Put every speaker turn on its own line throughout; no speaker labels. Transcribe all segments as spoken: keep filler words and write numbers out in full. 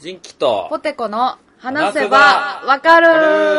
人気と
ポテコの話せばわかる。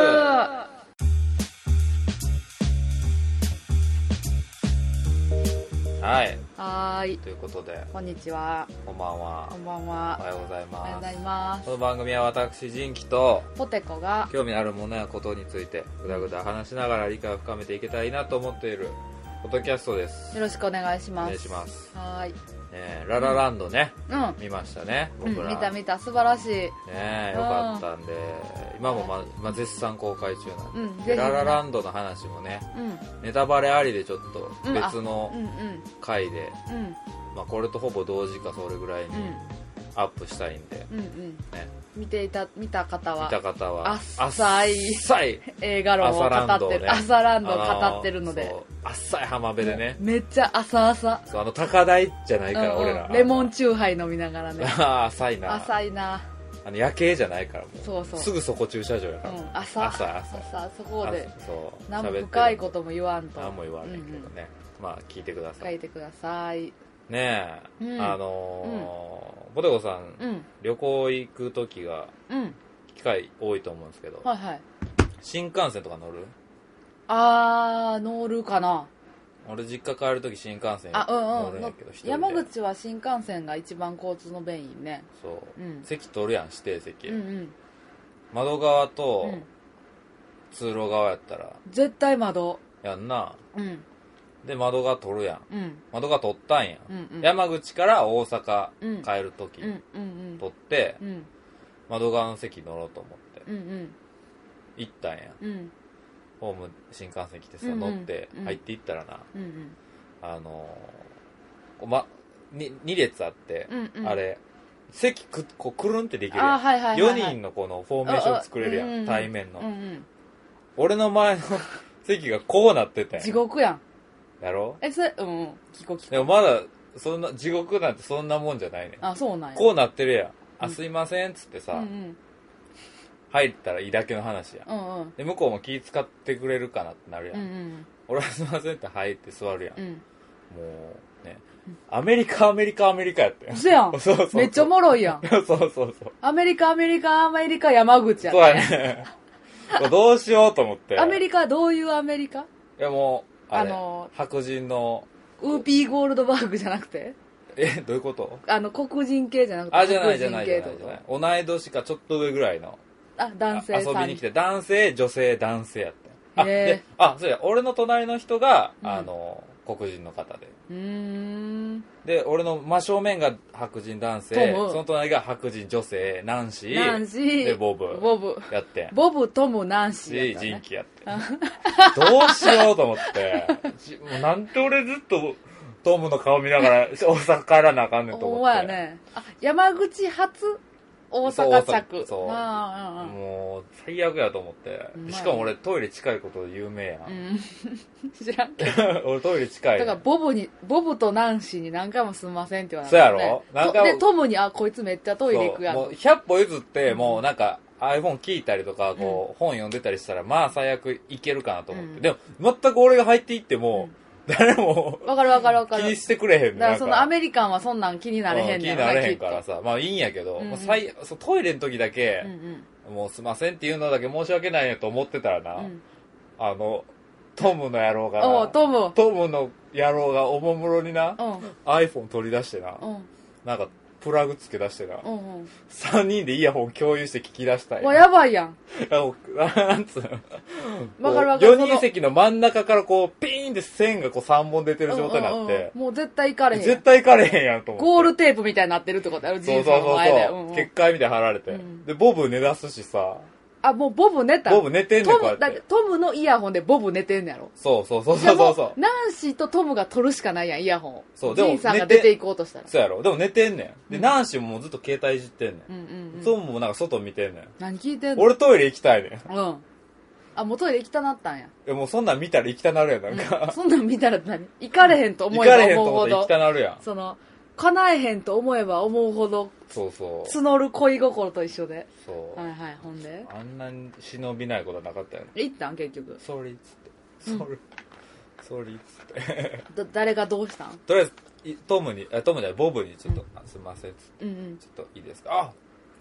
はい。
はーい。
ということで、
こんにちは。
こんばんは。
こんばんは。
おはようございます。
おはようございます。
この番組は私人気と
ポテコが
興味あるものやことについてぐだぐだ話しながら理解を深めていけたらいいなと思っているポッドキャストです。
よろしくお願いします。
お願いします。
はーい。
ね、ララランドね、
うん、
見ましたね、
うん、
僕ら。
見た見た、素晴らしい。
ね、よかったんで、今もま、ま絶賛公開中なんで、
うん、
でララランドの話もね、
うん、
ネタバレありでちょっと別の
うん、うん、
回で、
うん、
まあ、これとほぼ同時かそれぐらいにアップしたいんで、
うん、うん、
ね、
見ていた見た方は
見た方は
浅い
浅い
映画論を語ってる、朝ランドを語ってるので、
浅い浜辺でね、
めっちゃ浅々、
そう、あの高台じゃないから、うんうん、俺ら
レモンチューハイ飲みながらね
浅いな、
浅いな、
あの夜景じゃないから、もう
そうそう、
すぐそこ駐車場やから、うん、
朝
朝
朝朝そこで
そう
何も深いことも言わんと、
何も言わんねんけどね、うんうん、まあ聞いてください、
聞いてください
ねえ、うん、あのーうん、ポテコさん、うん、旅行行く時が機会多いと思うんですけど、
はいはい、
新幹線とか乗る？
あー、乗るかな。
俺実家帰る時新幹線乗るんやけど、一人で。
山口は新幹線が一番交通の便いいね。
そう、うん、席取るやん、指定席、
うんうん、
窓側と通路側やったら
絶対窓
やんな、
うん、
で窓側取るやん、うん、窓側取ったんや、
うんうん、
山口から大阪帰る時、
うんうんうん、
取って、
うん、
窓側の席乗ろうと思って、
うんうん、
行ったんや、うん、ホーム新幹線来てさ、うんうん、乗って入っていったらな、うんうん、あのー、ま、にに列あって、うんうん、あれ席くこうくるんってできるやん、はいはいはいはい、よにんのこのフォーメーション作れるやん、うんうん、対面の、うんうん、俺の前の席がこうなってたやん。
地獄やん。
やろ？
え、それ、うん、聞こう聞こう。
でもまだ、そんな、地獄なんてそんなもんじゃないねん。
あ、そうなんや。
こうなってるやん。あ、すいません、つってさ、うんうん、入ったらいいだけの話やん。うんうん、で、向こうも気使ってくれるかなってなるやん。うんうん、俺はすいませんって入って座るやん。うん、もう、ね、アメリカ、アメリカ、アメリカやってん。
嘘やん。そうそうそう。めっちゃおもろいやん。
そうそうそう。
アメリカ、アメリカ、アメリカ、山口やった。
そうやね。どうしようと思って。
アメリカ、どういうアメリカ？
いやもう、あれ、あのー、白人の。
ウーピーゴールドバーグじゃなくて？
え、どういうこと？
あの、黒人系じゃなくて？
あ、じゃないじゃないじゃないじゃない。同い年かちょっと上ぐらいの。
あ、男性さん。
遊びに来て、男性、女性、男性やった。あ、で、あ、そうや、俺の隣の人が、うん、あの、黒人の方で。うーん。で、俺の真正面が白人男性、その隣が白人女性、ナンシー。
ナンシー。
で、ボブ。
ボブ。
やってん。
ボブ、トム、ナンシーやった、ね。
ジンキやって。どうしようと思って。もうなんて俺ずっとトムの顔見ながら大阪帰らなあかんねんと思って。
ほんまやね。あ、山口発大阪着。
そう。ああもう最悪やと思って。しかも俺トイレ近いことで有名やん。うん、
知らんけど。
俺トイレ近い。
だからボブに、ボブとナンシーに何回もすんませんって言われ
た、ね。そうやろ
何回も。で、トムに、あ、こいつめっちゃトイレ行くやん。
もうひゃっぽ譲って、もうなんか iPhone 聞いたりとか、こう、うん、本読んでたりしたら、まあ最悪いけるかなと思って。うん、でも、全く俺が入っていっても、うん誰も
わかるわかるわかる
気にしてくれへんねん。
だからそのアメリカンはそんなん気になれへんねん、
うん、気になれへんからさ、まあいいんやけど、うん、もう最そうトイレの時だけ、うんうん、もうすいませんっていうのだけ申し訳ないねと思ってたらな、うん、あのトムの野郎がな、
トム
トムの野郎がおもむろにな、うん、iPhone 取り出してな、うん、なんかプラグつけ出してな、うんうん、さんにんでイヤホン共有して聞き出したい。
もうやばいやん。
なんつうの。
わかるわかる。
よにん席の真ん中からこう、ピーンって線がこうさんぼん出てる状態になって、うんうんうん。
もう絶対行かれへん。
絶対行かれへんやんと思って。
ゴールテープみたいになってるってことやろ、人生の前で。
そうそうそう。うんうん、結界みたいに貼られて、うん。で、ボブ寝出すしさ。
あ、もうボブ寝た。
ボブ寝てんねん、こうやって。
だってトムのイヤホンでボブ寝てんねやろ。
そうそうそうそうそう。
ナンシーとトムが取るしかないやん、イヤホン。
そう、
でも。ジンさんが出ていこうとしたら。
そうやろ。でも寝てんねん。で、うん、ナンシーももうずっと携帯いじってんねん。うんうんうん。トムもなんか外見てんねん。
何聞いてんの？
俺トイレ行きたいね
ん。うん。あ、もうトイレ行きたなったんや。
いや、もうそんなん見たら行きたなるやん、なんか。
うん、そんなん見たら何？行かれへんと思えば思うほど。行かれへんと思ったら
行きたなるやん。
その、叶えへんと思えば思うほど、
そうそう
募る恋心と一緒で。
そう。
はいはい、ほんで
あんなに忍びないことはなかったよね。
行ったん結局。
ソーリーっつって。ソーリー、ソーリーっつって。
だ誰がどうしたん？
とりあえず、トムに、あトムじゃない、ボブにちょっと、うん、すいませんっつって、うんうん、ちょっといいですか？あ、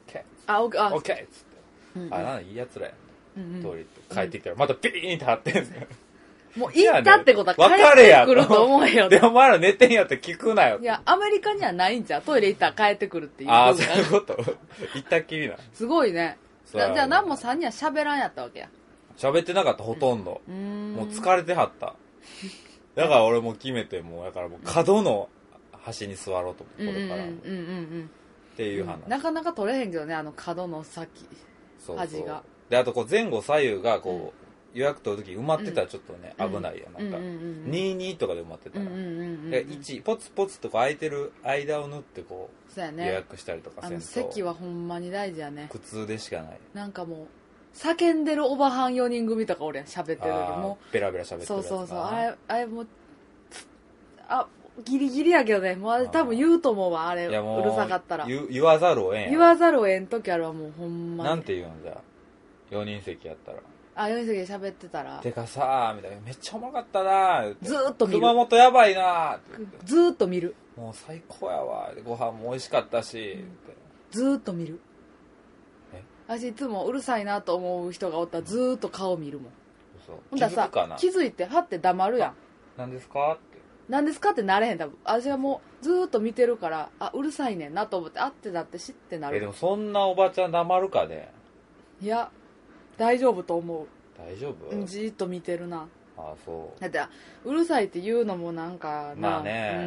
ケー
あ、オッケー、あ、
オッケーっつって、
うんうん、
あ、なんだいいやつらやん、
うんうん、
通りって帰ってきたらまたピーンって張ってんすよ。
もう行ったってことは
分かれや
帰ってくると思えよ。
で、お前ら寝てんやって聞くなよ。
いや、アメリカにはないんじゃん。トイレ行ったら帰ってくるっていう。
ああ、そういうこと。行ったっきりな。
すごいね。じゃあ何もさんにんは喋らんやったわけや。
喋ってなかった、ほとんど。うん、もう疲れてはった。だから俺も決めて、もう、だからもう角の端に座ろうと思って、これから。うんうんうんうん。っていう話、
うん。なかなか取れへんけどね、あの角の先、そうそう端が。
で、あとこう前後左右がこう、うん、予約取るとき埋まってたらちょっとね、うん、危ないよ。なんか、にじゅうにとかで埋まってたら。で、いち、ポツポツとこう空いてる間を縫ってこう、そうやね、予約したりとかせんと。
あの席はほんまに大事やね。
苦痛でしかない。
なんかもう、叫んでるおばはんよにん組とか俺喋ってるよりも。
ベラベラ喋ってるやつ。
そうそうそう。あれ、あれもう、あ、ギリギリやけどね。もうあれ多分言うと思うわ、あれ。うるさかったら。
言, 言わざるをえんや。
言わざるをえん時あるわ、もうほんまに。
なんて言うんじゃ。よにん席やったら。
あ、よにん席で喋ってたら。
てかさー、みたいな。めっちゃおもろかったなー。
ずーっと見る。
熊本やばいなーって。
ずーっと見る。
もう最高やわ。ご飯も美味しかったし、うん、
ずーっと見る。え私いつもうるさいなと思う人がおったらずーっと顔見るもん。そうほんだらさ、気づいてはって黙るやん。
何ですかって。
何ですかってなれへん。多分私はもうずーっと見てるから、あ、うるさいねんなと思って、あってだって知ってなる。
え、でもそんなおばちゃん黙るかね。
いや、大丈夫と思う。
大丈夫？
じーっと見てるな。
ああ、そう。
だってうるさいって言うのもなんかな、
まあね、うん、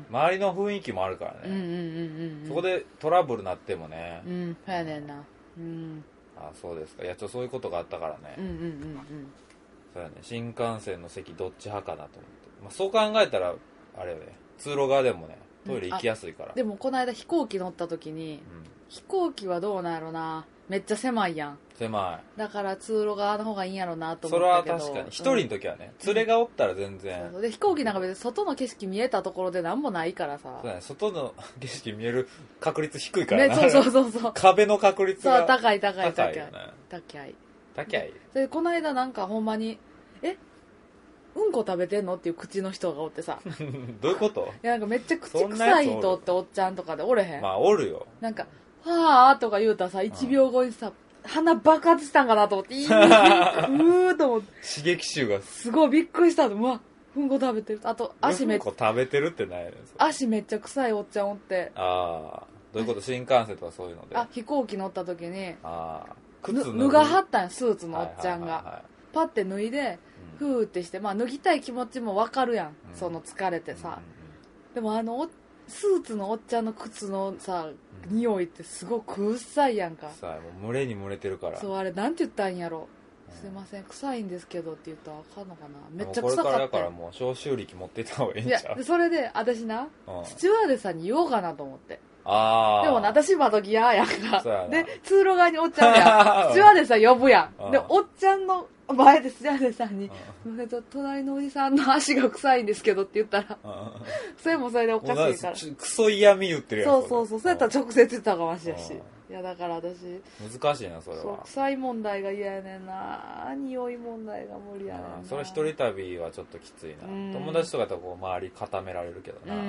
周りの雰囲気もあるからね、うんうんうんうん、そこでトラブルなってもね、
うん、そうやねんな、うん、
ああそうですか。いやちょそういうことがあったからね、うんうんうんうん、そうやね、新幹線の席どっち派かなと思って、まあ、そう考えたらあれよね、通路側でもねトイレ行きやすいから、うん、
でもこの間飛行機乗った時に、うん、飛行機はどうなんやろな、めっちゃ狭いやん。
狭い。
だから通路側の方がいいんやろうなと思ったけど。
それは確かに。一人の時はね、うん、連れがおったら全然。
そうそうで飛行機なんか別に外の景色見えたところでなんもないからさ。
そうだね、外の景色見える確率低いから
ね。そうそうそうそう。
壁の確率が。
そう、高い高い高い。
高いよね。
高い。
高い。
で、この間なんかほんまに、えうんこ食べてんのっていう口の人がおってさ。
どういうこと？
いやなんかめっちゃ口臭い人っておっちゃんとかでおれへん。
まあおるよ。
なんか、はぁーとか言うたらさ、いちびょうごにさ、うん、鼻爆発したんかなと思って、いーうーと思って。
刺激臭が。
すごいびっくりしたの。うわ、うんこ食べてる。あと、足めっちゃ。
うんこ食べてるってないの？
足めっちゃ臭いおっちゃんおって。
ああ。どういうこと？新幹線とかそういうので。
あ、飛行機乗った時に。
ああ。
靴脱がはったんや、スーツのおっちゃんが。はいはいはいはい、パッて脱いで、ふーってして、まあ脱ぎたい気持ちもわかるやん。うん、その疲れてさ。うんうんうん、でもあの、スーツのおっちゃんの靴のさ、匂いってすごく臭いやんか。
臭い、もう群れに群れてるから。
そう、あれなんて言ったんやろ、うん、すいません臭いんですけどって言ったらあかんのかな。めっちゃ臭かった。これから
だからもう消臭力持ってた方がいいんちゃう。
いやそれで私な、うん、スチュワーデスさんに言おうかなと思って。
ああ。
でもな私窓際やんか。で通路側におっちゃんやん。スチュワーデスさん呼ぶやん。でおっちゃんの前でスチュワーデスさんに「隣のおじさんの足が臭いんですけど」って言ったらそれもそれでおかしいから
クソ嫌味言ってるやん。
そうそうそう、そうやったら直接言ったかもしれんし。いやだから私
難しいなそれは。
そう臭い問題が嫌やねんな、匂い問題が無理やねんな。
それ一人旅はちょっときついな。友達とかとこう周り固められるけどな。うん、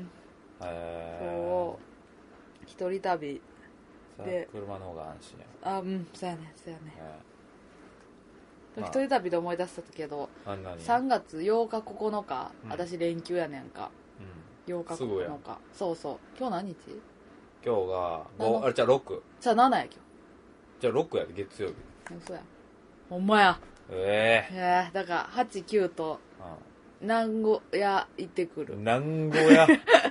へそう一人旅
で車の方が安心や。
あ、うんそうやねそうやね、一人旅で思い出したけど、さんがつようかここのか、うん、私連休やねんか、うん、ようかここのか、そうそう。今日何日？
今日がご、あれじゃあろく
じゃあななや今日。
じゃあろくやで、月曜日。
そうやほんまや。
え
ええー、だからはち、きゅうと南郷屋行ってくる。
南郷屋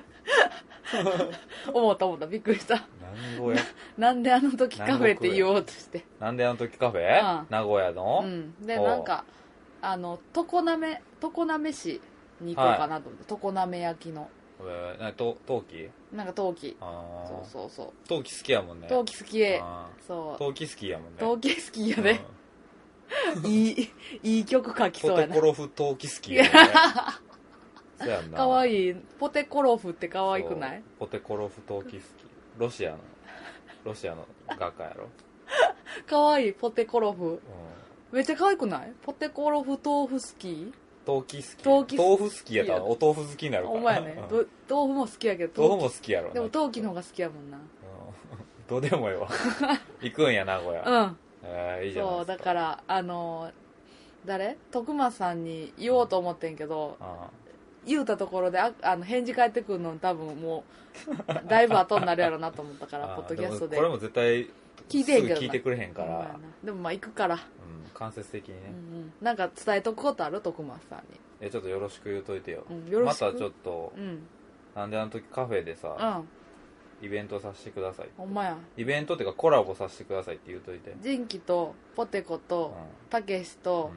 思った思った、びっくりした。
南郷屋
なんであの時カフェって言おうとして。
なんであの時カフェ、うん、名古屋の、
うん、でなんかあの常滑常滑市に行こうかなと思って、はい、常滑焼きの
えー、なと陶器
なんか陶器そうそうそう
陶器好きやもんね。
陶器好きそう
陶器好きやもんね。
陶器好きやね、うん、いいいい曲書きそうやな。
ポテコロフ陶器好きやもんね。そうやんな。
かわいい。ポテコロフってかわいくない？
ポテコロフ陶器好き。ロシアのロシアの画家やろ。
かわいいポテコロフ、うん、めっちゃかわいくない？ポテコロフ豆腐好き？
豆腐好き。豆腐好きやったらお豆腐好きになるから。
お前ね、うん、豆腐も好きやけど
豆腐も好きやろ。
でも陶器の方が好きやもんな、
どうでもええわ行くんや名古屋。
うん、
えー、いいじゃないですか。
そうだからあの誰徳間さんに言おうと思ってんけど、
あ
言うたところでああの返事返ってくるの多分もうだいぶ後になるやろなと思ったから
あ
ポッドキャストで
これも絶対
聞いてへんけどな、
すぐ聞いてくれへんから、
でもまあ行くから、
うん、間接的にね、
うんうん、なんか伝えとくことある徳間さんに。
えちょっとよろしく言うといてよ、
うん、よろしく
またちょっと、
うん、
なんであの時カフェでさ、
うん、
イベントさせてください、
ほんまや、
イベントっていうかコラボさせてくださいって言うといて、
ジンキとポテコとたけしと、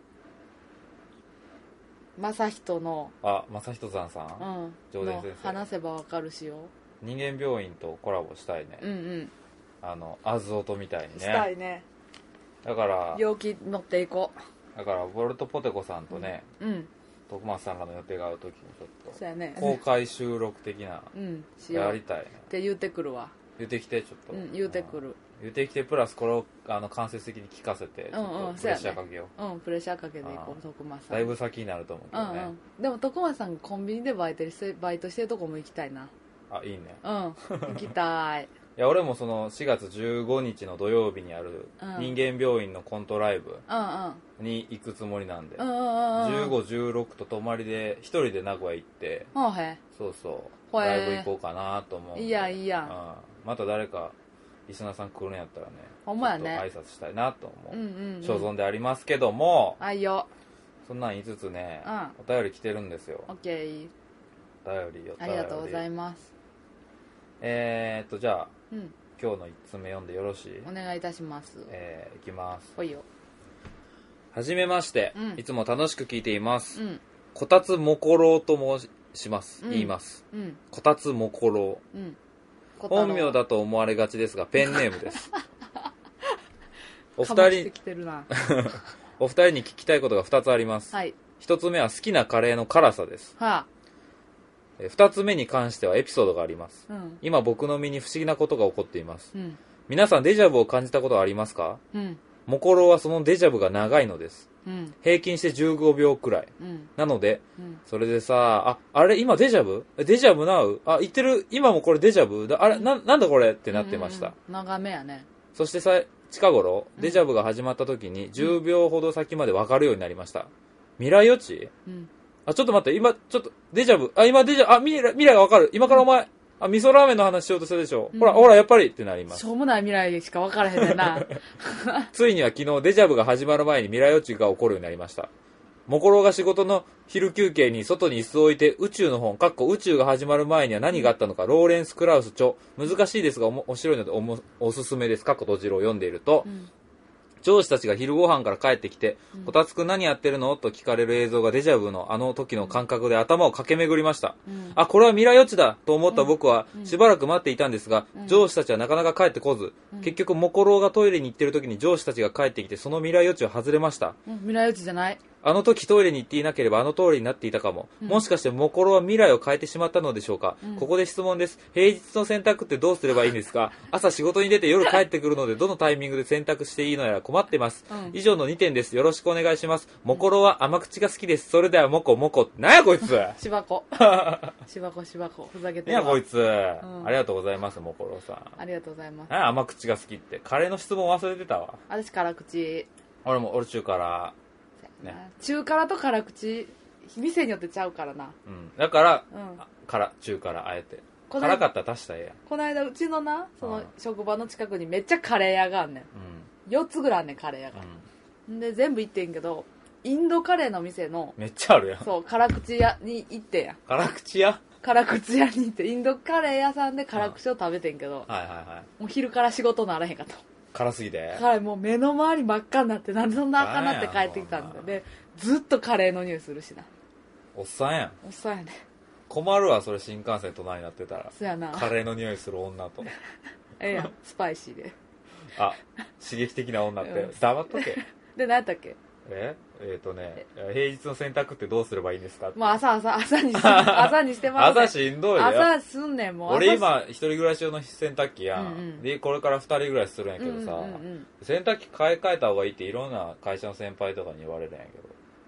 うん、正人の
あ正人さんさん、
うん、
上田先生
話せばわかるしよ、
人間病院とコラボしたいね、
うんうん、
あのアズオトみたいにね
したいね。
だから
陽気乗っていこ
うだから俺とポテコさんとね、
うん、うん、
徳松さんらの予定が合う時にちょっと
そうやね、
公開収録的な
うんしよう
やりたいね
って言うてくるわ。
言ってきてちょっと、
うん、言うてくる、
言ってきてプラスこれをあの間接的に聞かせてちょ
うんうん
っとプレッシャーかけよう、
うん、プレッシャーかけていこう、徳間さん。
だいぶ先になると思うけどね、
うんうん、でも徳間さんがコンビニでバイトしてバイトしてるとこも行きたいな。
あいいね、
うん行きたい
いや俺もそのしがつじゅうごにちの土曜日にある人間病院のコントライブに行くつもりなんで、
うんうんうん、
じゅうご、じゅうろくと泊まりで一人で名古屋行って
ほうへ
そうそうライブ行こうかなと思う。
いやいや、
うん、また誰かリスナーさん来るんやったらね、
ほんまやね、
ちょっと挨拶したいなと思う、
うんうんうん、
所存でありますけども、
あいよ、
そんなん言いつつね、
うん、
お便り来てるんですよ。
オッケー、
お便りお便り
ありがとうございます。
えーっとじゃあ、
うん、
今日のいっつめ読んでよろしい？
お願いいたします。
えー、いきます。
ほいよ。
はじめまして、
うん、
いつも楽しく聞いています、
うん、
こたつもころうと申します、うん、言います、
うん、
こたつもころう、うん、本名だと思われがちですがペンネームですお二人お二人に聞きたいことがふたつあります、はい、ひとつめは好きなカレーの辛さです、はあ、えふたつめに関してはエピソードがあります、うん、今僕の身に不思議なことが起こっています、うん、皆さんデジャブを感じたことはありますか？うん、モコローはそのデジャブが長いのです、うん、平均してじゅうごびょうくらい、うん、なので、うん、それでさああれ今デジャブデジャブなうあ言ってる今もこれデジャブだあれ な, なんだこれってなってました、うんうん、
長めやね。
そしてさ近頃デジャブが始まった時にじゅうびょうほど先まで分かるようになりました。未来予知、うん、あちょっと待って今ちょっとデジャブあ今デジャブあ未来未来が分かる今からお前あ味噌ラーメンの話しようとしたでしょ、うん、ほらほらやっぱりってなります。
しょうもない未来しか分からへんねんな
ついには昨日デジャブが始まる前に未来予知が起こるようになりました。モコロが仕事の昼休憩に外に椅子を置いて宇宙の本かっこ宇宙が始まる前には何があったのか、うん、ローレンス・クラウス著難しいですが面白いので お, おすすめですかっこ閉じろを読んでいると、うん、上司たちが昼ご飯から帰ってきて、うん、こたつくん何やってるのと聞かれる映像がデジャブのあの時の感覚で頭を駆け巡りました、うん、あこれは未来予知だと思った僕はしばらく待っていたんですが、うん、上司たちはなかなか帰ってこず、うん、結局モコロがトイレに行ってる時に上司たちが帰ってきてその未来予知を外れました、
うん、未来予知じゃない。
あの時トイレに行っていなければあの通りになっていたかも、うん、もしかしてモコロは未来を変えてしまったのでしょうか、うん、ここで質問です。平日の選択ってどうすればいいんですか？朝仕事に出て夜帰ってくるのでどのタイミングで選択していいのやら困ってます、うん、以上のにてんです。よろしくお願いします。モコロは甘口が好きです。それではモコモコ。なんやこいつ
しばこしばこしばこふざけてる
わ。なんやこいつ、うん、ありがとうございますモコロさん。
ありがとうございます。
なんや甘口が好きってカレーの質問忘れてたわ。
私辛口。
俺も俺中辛
ね、中辛と辛口店によってちゃうからな、
うん、だから、うん、辛中辛あえて辛かったら足したらええやん。
この間うちのなその職場の近くにめっちゃカレー屋があんねん、うん、よっつぐらいあんねんカレー屋が、うん、で全部行ってんけどインドカレーの店の
めっちゃあるやん。
そう辛口屋に行ってんやん。
辛口屋
辛口屋に行ってインドカレー屋さんで辛口を食べてんけど、
うん、はいはいはい、
もう昼から仕事ならへんかった。
辛すぎて
辛い、もう目の周り真っ赤になってなんでそんな赤なって帰ってきたんだよ。でずっとカレーの匂いするしな。
おっさんやん。
おっさんやね。
困るわそれ新幹線隣になってたら。
そやな。
カレーの匂いする女と
ええやんスパイシーで
あ刺激的な女って、うん、黙っとけ
で何やったっけ。
ええー、とね平日の洗濯ってどうすればいいんですか。
まあ朝朝朝に朝にしてます、
ね、朝しんどいよ。
朝すんねんもう。
俺今一人暮らし用の洗濯機やん、うんうん、でこれから二人暮らしするんやけどさ、うんうんうん、洗濯機買い替えた方がいいっていろんな会社の先輩とかに言われるんやけど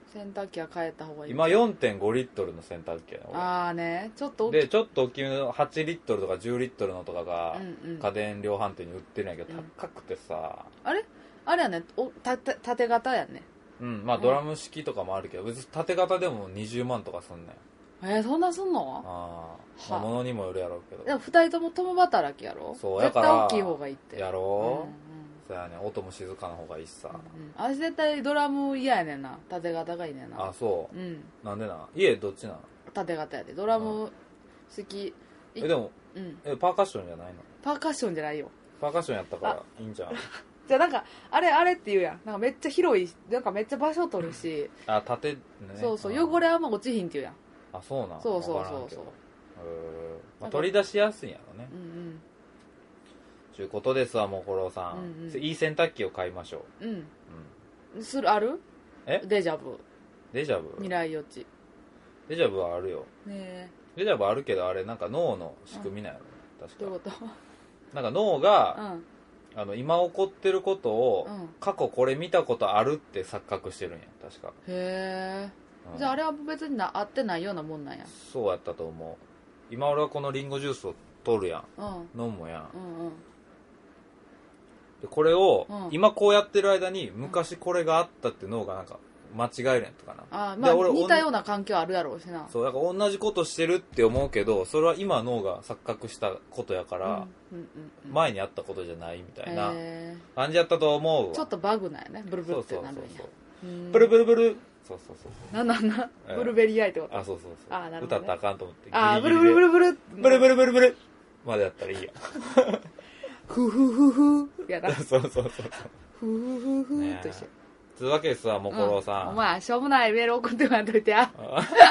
洗濯機は変えた方がいい。
今 よんてんご リットルの洗濯機やね。
ああね、ちょっと大き
いでちょっと大きめのはちリットルとかじゅうリットルのとかが家電量販店に売ってるんやけど、うん、高くてさ、
あれあれやね、おたて縦型やね。
うんまあドラム式とかもあるけど、別に縦型でもにじゅうまんとかすんねん。
えー、そんなすんの？
ああ、まあ、物にもよるやろうけど。
でもふたりとも共働きやろ。
そうやから絶対
大きい方がいいって
やろう、うんうん、そうやね、音も静かな方がいいしさ、
うんうん、私絶対ドラム嫌やねんな。縦型がいいねんな。
あそう、
うん、
なんでな。家どっちなの？
縦型やで。ドラム好き、
うん、えでも、うん、えパーカッションじゃないの？
パーカッションじゃないよ。
パーカッションやったからいいんじゃん。
じゃあなんかあれあれって言うやん。なんかめっちゃ広い、なんかめっちゃ場所取るし、
あ縦ね。
そうそう、汚れあんま落ちひんって言うやん。
あそうなん。
そうそうそうそう。
まあ、取り出しやすいんやろね。うんうん。ちゅうことですわ、もころさん、うんうん。いい洗濯機を買いましょう。うん。
うん、するある？
え？
デジャブ。
デジャブ？
未来予知。
デジャブはあるよ。ね。デジャブあるけどあれなんか脳の仕組みなんやろ、うん、確か。
どういうこと？なん
か脳が、うん、あの今起こってることを、うん、過去これ見たことあるって錯覚してるんや確か。
へえ。うん、じゃああれは別にな合ってないようなもんなんや。
そうやったと思う。今俺はこのリンゴジュースを取るやん、うん、飲むやん、うんうん、でこれを、うん、今こうやってる間に昔これがあったって脳がなんか間違えるやんとかな。
あ、まあ、俺似たような環境あるやろうしな。
そうだから同じことしてるって思うけど、それは今脳が錯覚したことやから、うんうんうんうん、前にあったことじゃないみたいな感じやったと思うわ。
ちょっとバグなんやね。ブルブルってなるんや。そうそうそう
そうブルブルブル。そうそうそう。
なんなんな、えー、ブルベリーアイってこと？
あ、そうそうそう。
あ、なるほど、ね、
歌ったらあかんと思って。
あ、ブルブルブルブル。
ブルブルブルブル。までやったらいいや。
ふふふふ。やな。
そうそうそうそう。
ふふふふとして。
つうわけですわ、もころさん。
うん、お前、しょうもないメール送ってもらっといてや。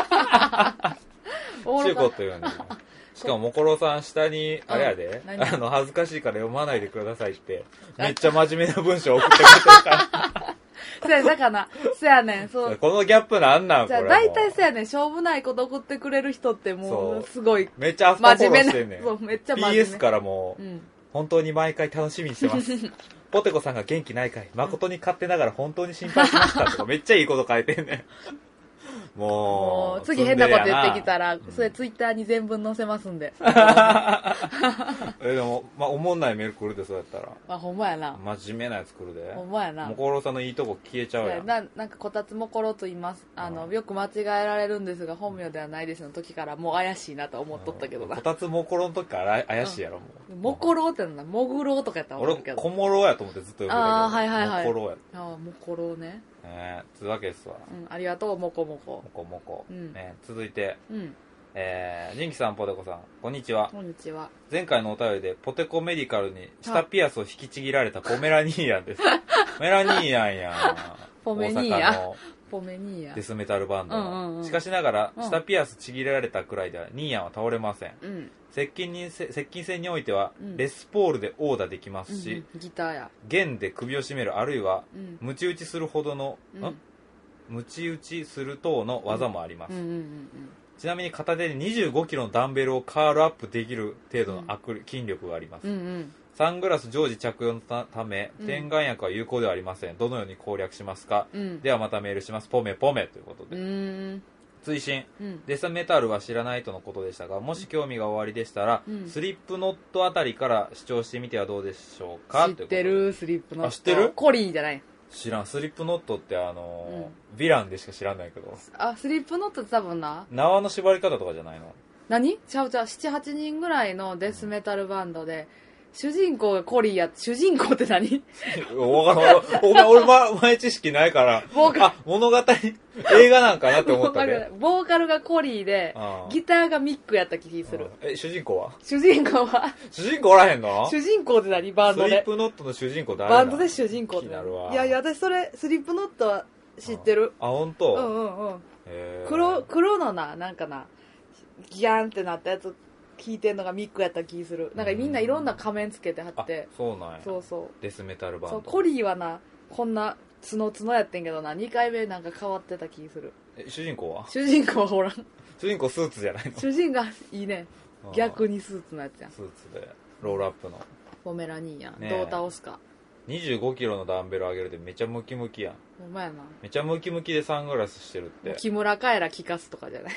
中古って言うんだよ。しかも、もころさん下に、あれやで、うん、あの、恥ずかしいから読まないでくださいって、めっちゃ真面目な文章送ってくれてるから。
そや、だから、そやねん、そう。
このギャップなんなんこれ。
大体そやねん、しょうもないこと送ってくれる人ってもう、すごい。
めっちゃアフターフォローしてんねん。
そう、めっちゃ真面目。
ピーエス からもう、うん、本当に毎回楽しみにしてます。ポテコさんが元気ないかい、誠に勝手ながら本当に心配しましたとか、めっちゃいいこと書いてんねん。もう、
もう次変なこと言ってきたら、うん、それツイッターに全文載せますんで。
え、でも、まあ、おもんないメール来るで、そうやったら。
あ、ほんまやな。
真面目なやつ来るで。
ほんまやな。
もころさんのいいとこ消えちゃうやん。
な, なんか、こたつもころと言います。あの、うん、よく間違えられるんですが、本名ではないですの時から、もう怪しいなと思っとったけどな。
こたつもころの時から怪しいやろ、も
う。もころってなんだ、もぐろとかやったら
俺、こもろやと思ってずっと呼んでたけど。
ああ、はいはいはい。
もころや。
ああ、もころね。
えー、つうわけですわ。
うん、ありがとう、もこもこ。
もこもこ。うん、ね、続いて、うん、えー、ジンキさん、ポテコさん、こんにちは。
こんにちは。
前回のお便りで、ポテコメディカルに下ピアスを引きちぎられたポメラニーヤンです。ポメラニーヤンやん。
ポメニーヤン。ポメニーヤン。
デスメタルバンドの。うんうんうん、しかしながら、下ピアスちぎられたくらいでは、ニーヤンは倒れません。うん、接近に接近戦においては、うん、レスポールでオーダーできますし、
うん、ギターや。
弦で首を絞める、あるいは、うん、ムチ打ちするほどの、うん、ムチ打ちする等の技もあります。うんうんうんうん、ちなみに片手ににじゅうごキロのダンベルをカールアップできる程度の握、うん、筋力があります、うんうん、サングラス常時着用のため、うん、点眼薬は有効ではありません。どのように攻略しますか、うん、ではまたメールします。ポメポメということで、うーん、追伸、うん、デスメタルは知らないとのことでしたが、もし興味がおありでしたら、うん、スリップノットあたりから視聴してみてはどうでしょうか。
知ってる、スリップノット。
あ、知ってる？
コリーじゃない。
知らん。スリップノットってあのーうん、ヴィランでしか知らないけど。
あ、スリップノットって多分な、
縄の縛り方とかじゃないの？
何？ちゃうちゃう、なな、はちにんぐらいのデスメタルバンドで、主人公がコリーや、主人公って何？
お前、俺、ま、前知識ないから、あ、物語、映画なんかなって思ったね。
ボーカルがコリーで、ギターがミックやった気する。
え、主人公は？
主人公は
主人公おらへんの？
主人公って何？バンドで。
スリップノットの主人公誰？
バンドで主人公って。
気になるわ。
いやいや、私それ、スリップノットは知ってる。
あ、ほんと？
うんうんうん。へー。黒、黒のな、なんかな、ギャンってなったやつ、聞いてんのがミックやった気する。なんかみんないろんな仮面つけてはって。
そうなんや。
そうそう。
デスメタルバンド。そう、
コリーはな、こんな角角やってんけどな、にかいめなんか変わってた気する。
え、主人公は？
主人公はおらん。
主人公スーツじゃないの？
主人がいいね。逆にスーツのやつやん。
スーツで、ロールアップの。
ポメラニーヤン。ね、どう倒すか。
にじゅうごキロのダンベル上げるってめちゃムキムキやん。
ほんまやな。
めちゃムキムキでサングラスしてるって。
木村カエラ聞かすとかじゃない。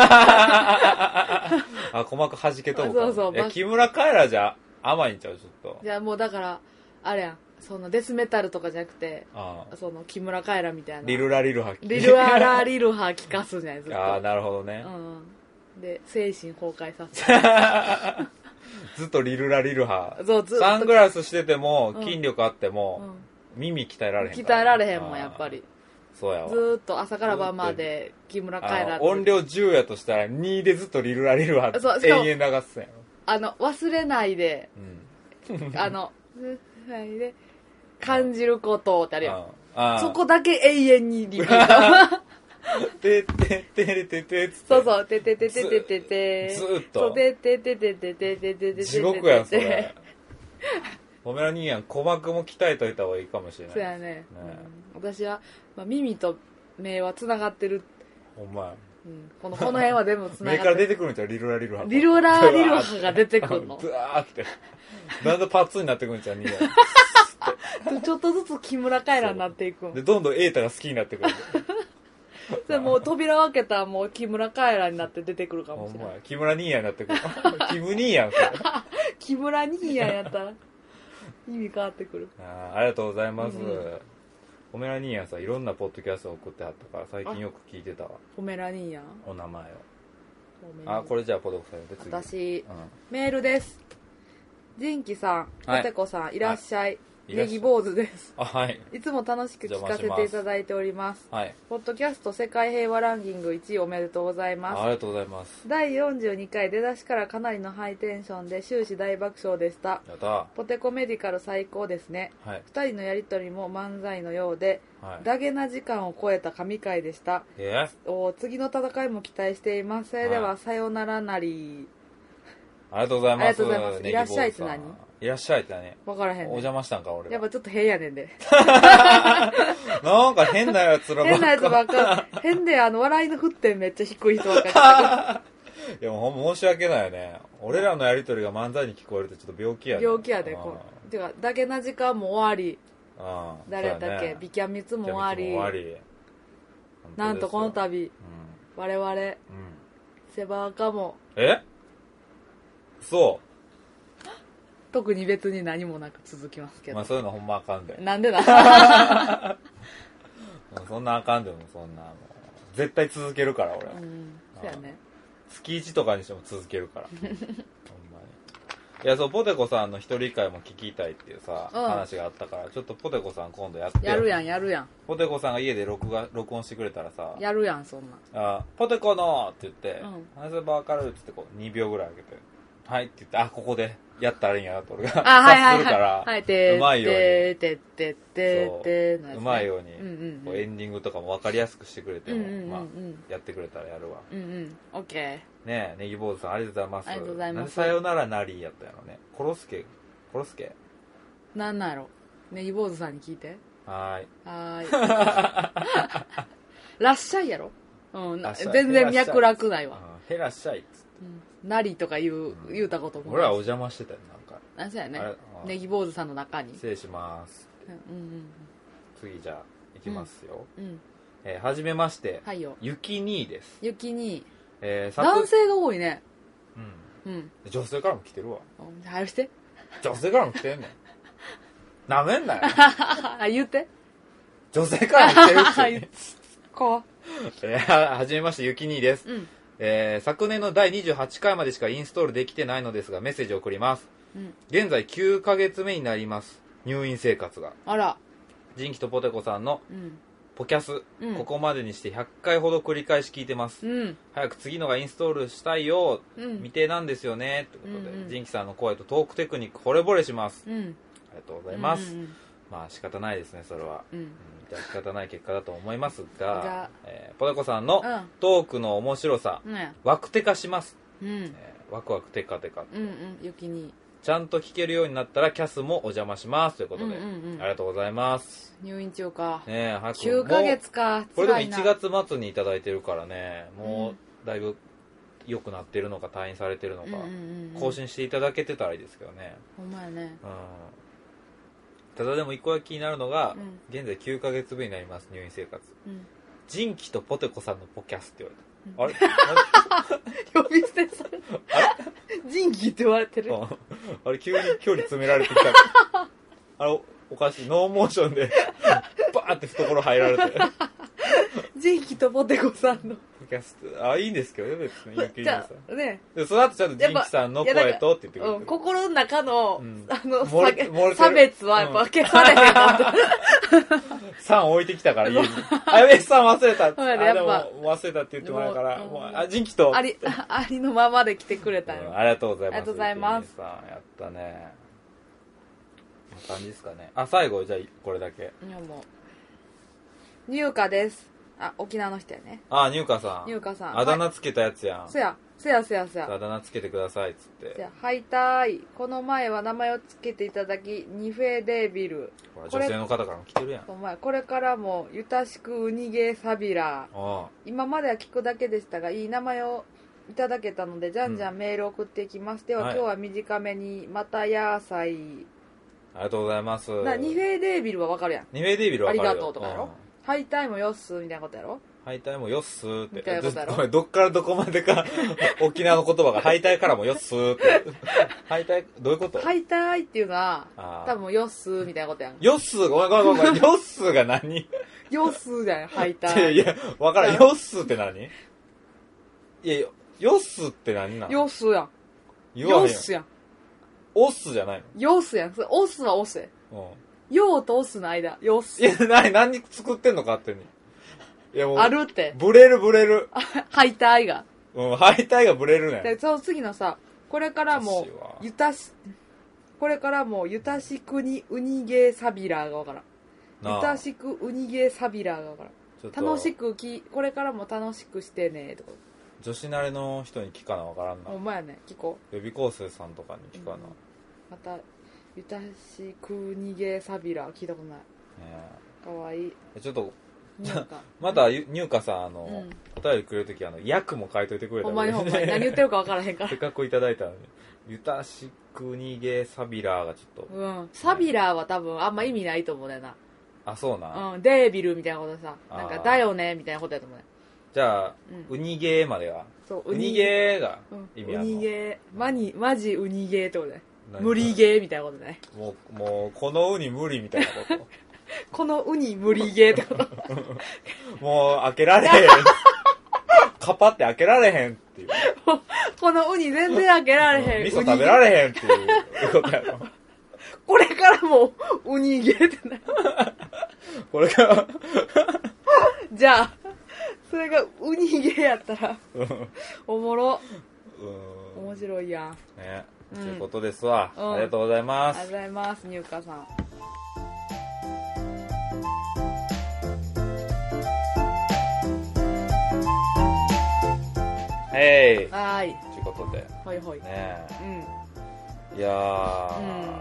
あ、細か弾けと
ぶか。そうそう。
いや、木村カエラじゃ甘いんちゃうちょっと。
いや、もうだから、あれやん。そのデスメタルとかじゃなくて、ああその木村カエラみたいな。
リルラリルハ。
リルアラリルハ聞かすじゃないですか。
ああ、なるほどね。
うん。で、精神崩壊させて。
ずっとリルラリルハ。
そう、ずっと。
サングラスしてても、筋力あっても、うんうん、耳鍛えられへん
から。鍛えられへんもん、やっぱり。
そうやわ。
ずっと朝から晩まで木村カエラ。
音量じゅうやとしたらにでずっとリルラリルハって延々流すんやろ。
あの、忘れないで、うん、あの、忘れないで、感じることってあるやん。ああそこだけ永遠にリピート。
てててててて
そうそう、ててててててて。
ずーっと。
そう、ててててててててて。
地獄やん、それ。ポメラニーヤン、鼓膜も鍛えといた方がいいかもしれない。
そうやね。私は、まあ、耳と目は繋がってる。
ほんまや。
うん、この、この辺は全部繋がってる。
目から出てくるんちゃうリルラリルハ。
リルラリルハが出てくるの。
ずーって。だんだんパッツンになってくるんちゃうニーヤン。
ちょっとずつ木村カエラになっていくん
で、どんどんエータが好きになってくる。
でもう扉を開けたらもう木村カエラになって出てくるかもしれない。
木村ニーヤになってくる。キムニーヤン。
木村ニーヤンやったら意味変わってくる。
あありがとうございます。うん、ポメラニーヤンさんいろんなポッドキャストを送ってはったから最近よく聞いてたわ。
ポメラニーヤン
お名前を。あ、これじゃあポテコさんで次。
私、うん、メールです。ジンキさん、ポテコさん、はい、いらっしゃい。ネギ坊主です。
あ、はい。
いつも楽しく聞かせていただいております。
はい。
ポッドキャスト世界平和ランキングいちいおめでとうございます。
あ、ありがとうございます。
だいよんじゅうにかい出だしからかなりのハイテンションで終始大爆笑でした。
やった。
ポテコメディカル最高ですね。はい。ふたりのやりとりも漫才のようで、はい、ダゲな時間を超えた神回でした。
えー、
お次の戦いも期待しています。それでは、はい、さよならなり。
ありがとうございます。
ありがとうございます。いらっしゃいって何？
いらっしゃいって何？
分からへん、ね。
お邪魔したんか俺。
やっぱちょっと変やねんで。
なんか変なやつらばっか。
変なやつばっか。変であの笑いの沸点めっちゃ低い人ばっか
り。いやもうほんま申し訳ないよね。俺らのやりとりが漫才に聞こえるとちょっと病気やね。
病気やでこう。てかだけな時間も終わり。あ誰だっけ、ね、ビキャミツも終わり。終わり。なんとこの度、うん、我々、うん、セバーカも。
え？そう
特に別に何もなく続きますけど。
まあそういうのほんまあかんで。
なんでだ
そんなあかんでもそんなもう絶対続けるから俺。うん。
そうやね。
月いちとかにしても続けるから。ほんまに。いやそうポテコさんの一人会も聞きたいっていうさ、うん、話があったからちょっとポテコさん今度やって
やるやんやるやん。
ポテコさんが家で録画録音してくれたらさ
やるやんそんな。
あポテコのって言って「話せばわかる」って言ってこうにびょうぐらいあげて「はい」って言って「あここでやったらいいんやな」って俺が察するからうまいようにうまいようにエンディングとかも分かりやすくしてくれてもまあやってくれたらやるわ。
うんうんオッケー。
ねえネギ坊主さんありがとうございます。
ありがとうございます。
さよならなりやったやろね。コロスケコロスケ
なんなんやろネギ坊主さんに聞いて。
はーい
はーいらっしゃいやろ。うん全然脈絡ないわ。
へらっしゃいっつって
なりとか言う言うたことも
俺はお邪魔してたよなんか
なんそうやねネギ坊主さんの中に
失礼しますうんうん次じゃあいきますよ
うん
えはじめまして
はいよ
ゆきにーです
ゆきに
ー
男性が多いね
うんうん女性からも来てるわ
早くして
女性からも来てんねんなめんなよ
言って
女性からも来てるって
こう
えはじめましてゆきにーですうんえー、昨年のだいにじゅうはちかいまでしかインストールできてないのですがメッセージを送ります、うん、現在きゅうかげつめになります入院生活が
あら
ジンキとポテコさんのポキャス、うん、ここまでにしてひゃっかいほど繰り返し聞いてます、うん、早く次のがインストールしたいよ、うん、未定なんですよねということで、うんうん、ジンキさんの声とトークテクニック惚れ惚れします、うん、ありがとうございます、うんうんうんまあ仕方ないですねそれは、うんうん、じゃあ仕方ない結果だと思いますが、えー、ポテコさんのトークの面白さ、うん、ワクテカします、うんえー、ワクワクテカテカ、
うんうん、ゆきに
ちゃんと聞けるようになったらキャスもお邪魔しますということで、うんうんうん、ありがとうございます
入院中か、
ね、早く
きゅうかげつか
これでもいちがつ末にいただいてるからねもうだいぶ良くなってるのか退院されてるのか、うんうんうんうん、更新していただけてたらいいですけどね
ほんまやね、うん
ただでも一個だけ気になるのが、
うん、
現在きゅうかげつぶりになります入院生活、
うん、
ジンキとポテコさんのポキャスって言われた、うん、あ
れ呼び捨てされあれジンキって言われてる
あれ急に距離詰められてきたあれおかしい、ノーモーションでバーって懐入られて
ジンキとポテコさんの
ポキャスあ、いいんですけどね、別にゆきりさんね、でその後ちゃんとジンキさんの声とって言ってくれて、
うん、心の中の、うん、あの
差,
差別はやっぱ消されへんか
ったさん置いてきたから家にあやべさん忘れたあでも忘れたって言ってもらうからもうあジンキと
ありありのままで来てくれたよ、
うん、ありがとうございます。
ありがとうございます。
やったね。こんな感じですかね。あ、最後じゃあこれだけ。
いやもう入荷です。あ、沖縄の人やね。
あ、入荷さん。
入荷さん。
あだ名つけたやつやん。
そや、そやそやそや。
あだ名つけてくださいっつって。
そや、はいたーい。この前は名前をつけていただき、ニフェデービル。
これ女性の方からも来てるやん。
お前、これからもゆたしくウニゲーサビラー。今までは聞くだけでしたが、いい名前をいただけたので、じゃんじゃんメール送っていきます。うん、では、はい、今日は短めに、またやーさい。
ありがとうございます。
な、ニフェデービルはわかるやん。
ニフェデービルわかるよ。
ありがとうとかやろ。うん、ハイタイもよっすみたいなことやろ。
ハイタイもよっすーって。
みたいなことやろ。
ごめん、どっからどこまでか沖縄の言葉がハイタイからもよっすーって。ハイタイ、どういうこと？
ハイタイっていうのは、多分よっすーみたいなことやん。
よっすー、ごめんごめんごめん。よっすーが何？
よっすーじゃん、ハイタイ。
いやいや、わからん。よっすーって何？いや、よっすーって何なの？
よっすーやん。
よ
っすやん。
オスじゃないの？
よっすやん。オスはオスや。うん。ようとオスの間、よっす。
いや、何、何作ってんの勝手に。
いやもう。あるって。
ブレるブレる。
ハイタイが。
うん、ハイタイがブレるね。
で、その次のさ、これからも、ゆたし、これからも、ゆたしくにウニゲーサビラーがわからん。ゆたしくウニゲーサビラーがわからん。楽しくき、これからも楽しくしてね、とか。
女子慣れの人に聞かなわからんな。
ほんまやね、聞こ
う。予備校生さんとかに聞かな。うん、
また、ゆたしくにげサビラー聞いたことない。ね、かわいい。
ちょっと、また、入荷さん、あの、うん、お便りくれるとき、あの、訳も書いといてくれたら、
ほんまにほんまに。何言ってるか分からへんから。
せっかくいただいたのに。ゆたしくにげサビラーがちょっと。
うん。サビラーは多分あんま意味ないと思うねんな。
あ、そうな。
うん。デービルみたいなことさ、なんか、だよね、みたいなことやと思うね。
じゃあ、うん、ウニゲーまではそう、ウニゲーが意味あるの、うん、ウニゲ
ー。マニ、マジウニゲーってことね。無理ゲーみたいなことね。
もう、もう、このウニ無理みたいなこと。
このウニ無理ゲーってこと
もう、開けられへん。カパって開けられへんっていう。
このウニ全然開けられへん。
味噌食べられへんっていうことやろ。
これからもウニゲーってなる。
これから。
じゃあ、それがウニゲーやったら、おもろ。うん。面白いやん。
ね。ということですわ、うん。ありがとうございます。
ありがとうございます、入荷さん。
へい。
はーい。
ということで。
ほいほい。
ねえ。うん。いやー。うん。ね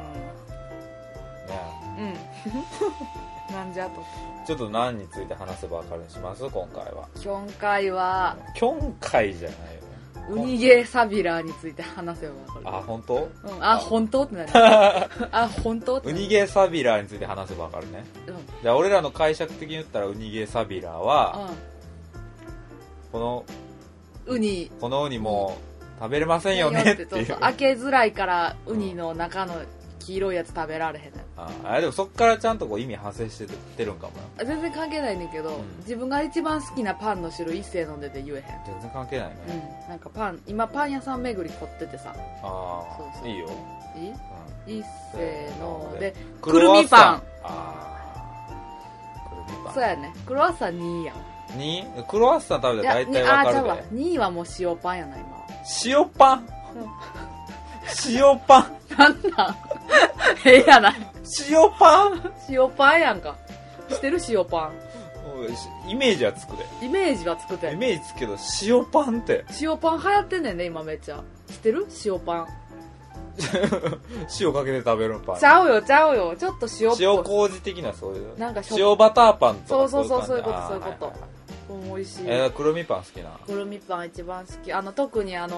え。うん。なんじゃと。
ちょっと何について話せば分かるにします今回は。
今回は。
今回じゃないよね。
ウニゲーサビラーについて話せば分かる。
あ、本当？
うん。あ、本当ってなる。あ、本当って。
ウニゲーサビラーについて話せば分かるね。うん。じゃあ俺らの解釈的に言ったらウニゲーサビラーは、うん、この、
ウニ
このウニもう食べれませんよねっていう。そうそう、
開けづらいからウニの中の黄色いやつ食べられへんね、
うん、ああ、でもそっからちゃんとこう意味発生しててるんかも
な。全然関係ないねんけど、うん、自分が一番好きなパンの種類一斉飲んでて言えへん。
全然関係ない
ね、うん、なんかパン今パン屋さん巡り凝っててさ。あ
あ、そうそう、いいよ。
いい、うん、一斉のでくるみパン。ああ、くるみパン。そうやね、クロワッサンにいやん。
にクロワッサン食べたら大体わかるで。あ、ちゃうわ。
にいはもう塩パンやな、今。
塩パン、うん、塩パン
なんなんええやない。
塩パン
塩パンやんか。知ってる塩パ
ン。イメージはつくで。
イメージはつくで。
イメージつくけど、塩パンって。
塩パン流行ってんねんね、今めっちゃ。知ってる塩パン。
塩かけて食べるパン。
ちゃうよ、ちゃうよ。ちょっと塩っぽい。
塩麹的なそういう。
なんか
塩バターパンとか。
そうそうそう、そういうこと、そういうこと。美味しい。
えー、くるみパン好きな。
くるみパン一番好き。あの特にあの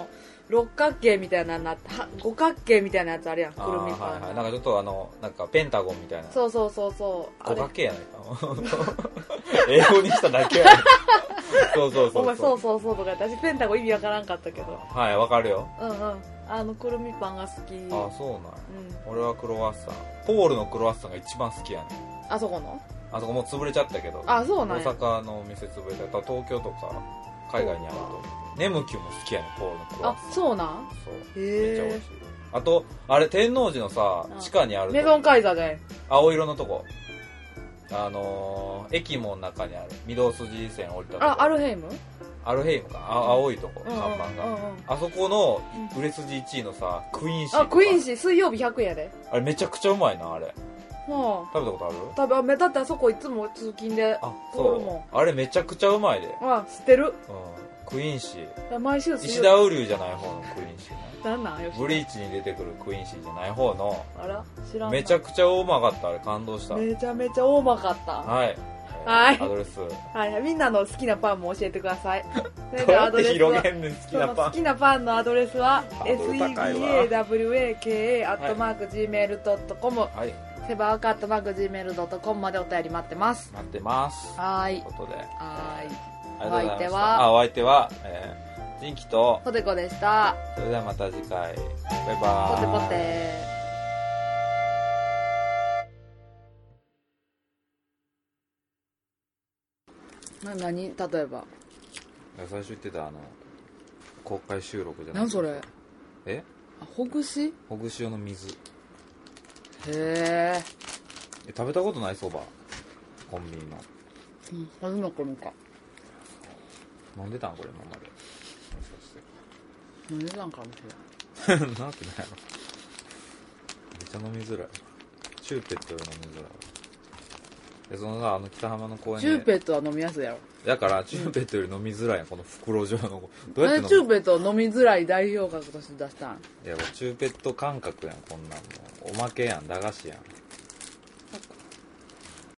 六角形みたいなのなって五角形みたいなやつあるやん、くるみパン、
はいはい、なんかちょっとあのなんかペンタゴンみたいな、
そうそうそうそう、
五角形やないか英語にしただけやねそうそうそうそう、
お前そうそうそうとか私ペンタゴン意味わからんかったけど、
はい、わかるよ、
うんうん、あのくるみパンが好き。
あ、そうなん、うん、俺はクロワッサン、ポールのクロワッサンが一番好きやねん。
あそこの
あそこもう潰れちゃったけど、
あ、そうなんや、
大阪のお店潰れちゃった。東京とか海外にあるとネムキュも好きやねん、ポールのクロワッサン。
あ、そうなん、
そう、
へえ、
めっちゃ美味しい。あとあれ天王寺のさ地下にある
メゾンカイザーじゃない、
青色のとこ、あのー、駅もの中にある御堂筋線降りたとこ、
あ、アルヘイム
アルヘイムか、あ、青いとこ、看板が、
うんうんうん、
あそこの売れ筋いちいのさクイーンシー、
あ、クイーンシー水曜日ひゃくえんやで、
あれめちゃくちゃうまいな、あれ
もう
食べたことある？
食べ、だってあそこいつも通勤で
あ、そうあれめちゃくちゃうまいで、
あ、知ってる、
うん、クイーンシー、
毎週
石田瓜生じゃない方のクイーンシーね、
なんなんよ、
ブリーチに出てくるクイーンシーじゃない方の、
あら、知らん、
めちゃくちゃうまかった、あれ感動した、
めちゃめちゃうまかった、
はい、
はい、
アドレス、
はい、みんなの好きなパンも教えてください。
どうやって広げんねん、好きなパン。
好きなパンのアドレスは
ハードル高いわ
セバー アットマーク ジーメールドットコム、
はい、
セバーカットマーク ジーメールドットコム までお便り待ってます。
待ってます。
はい。
ということで、
はい。
ありがとうございました。
お相手は
あ、お相手は、えー、ジンキと
ポテコでした。
それではまた次回、バイバーイ。
ポテポテ。な、何、例えば
最初言ってたあの公開収録じゃない。
何それ、
え、
あ、ほぐし、
ほぐし用の水。へ
え、
食べたことないそば、コンビニの。
うん、初めて見た。
飲んでたんこれ今まで、もしかして
飲んでたんかもしれん
なわけないやろ、めっちゃ飲みづらい、チューペットより飲みづらい。でそのさ、あの北浜の公園で
チューペットは飲みやすいやろ。
だからチューペットより飲みづらいやん、この袋状の。
どうやって飲む？チューペットを飲みづらい代表格として出したん？
いや、チューペット感覚やん、こんなんもうおまけやん、駄菓子やん。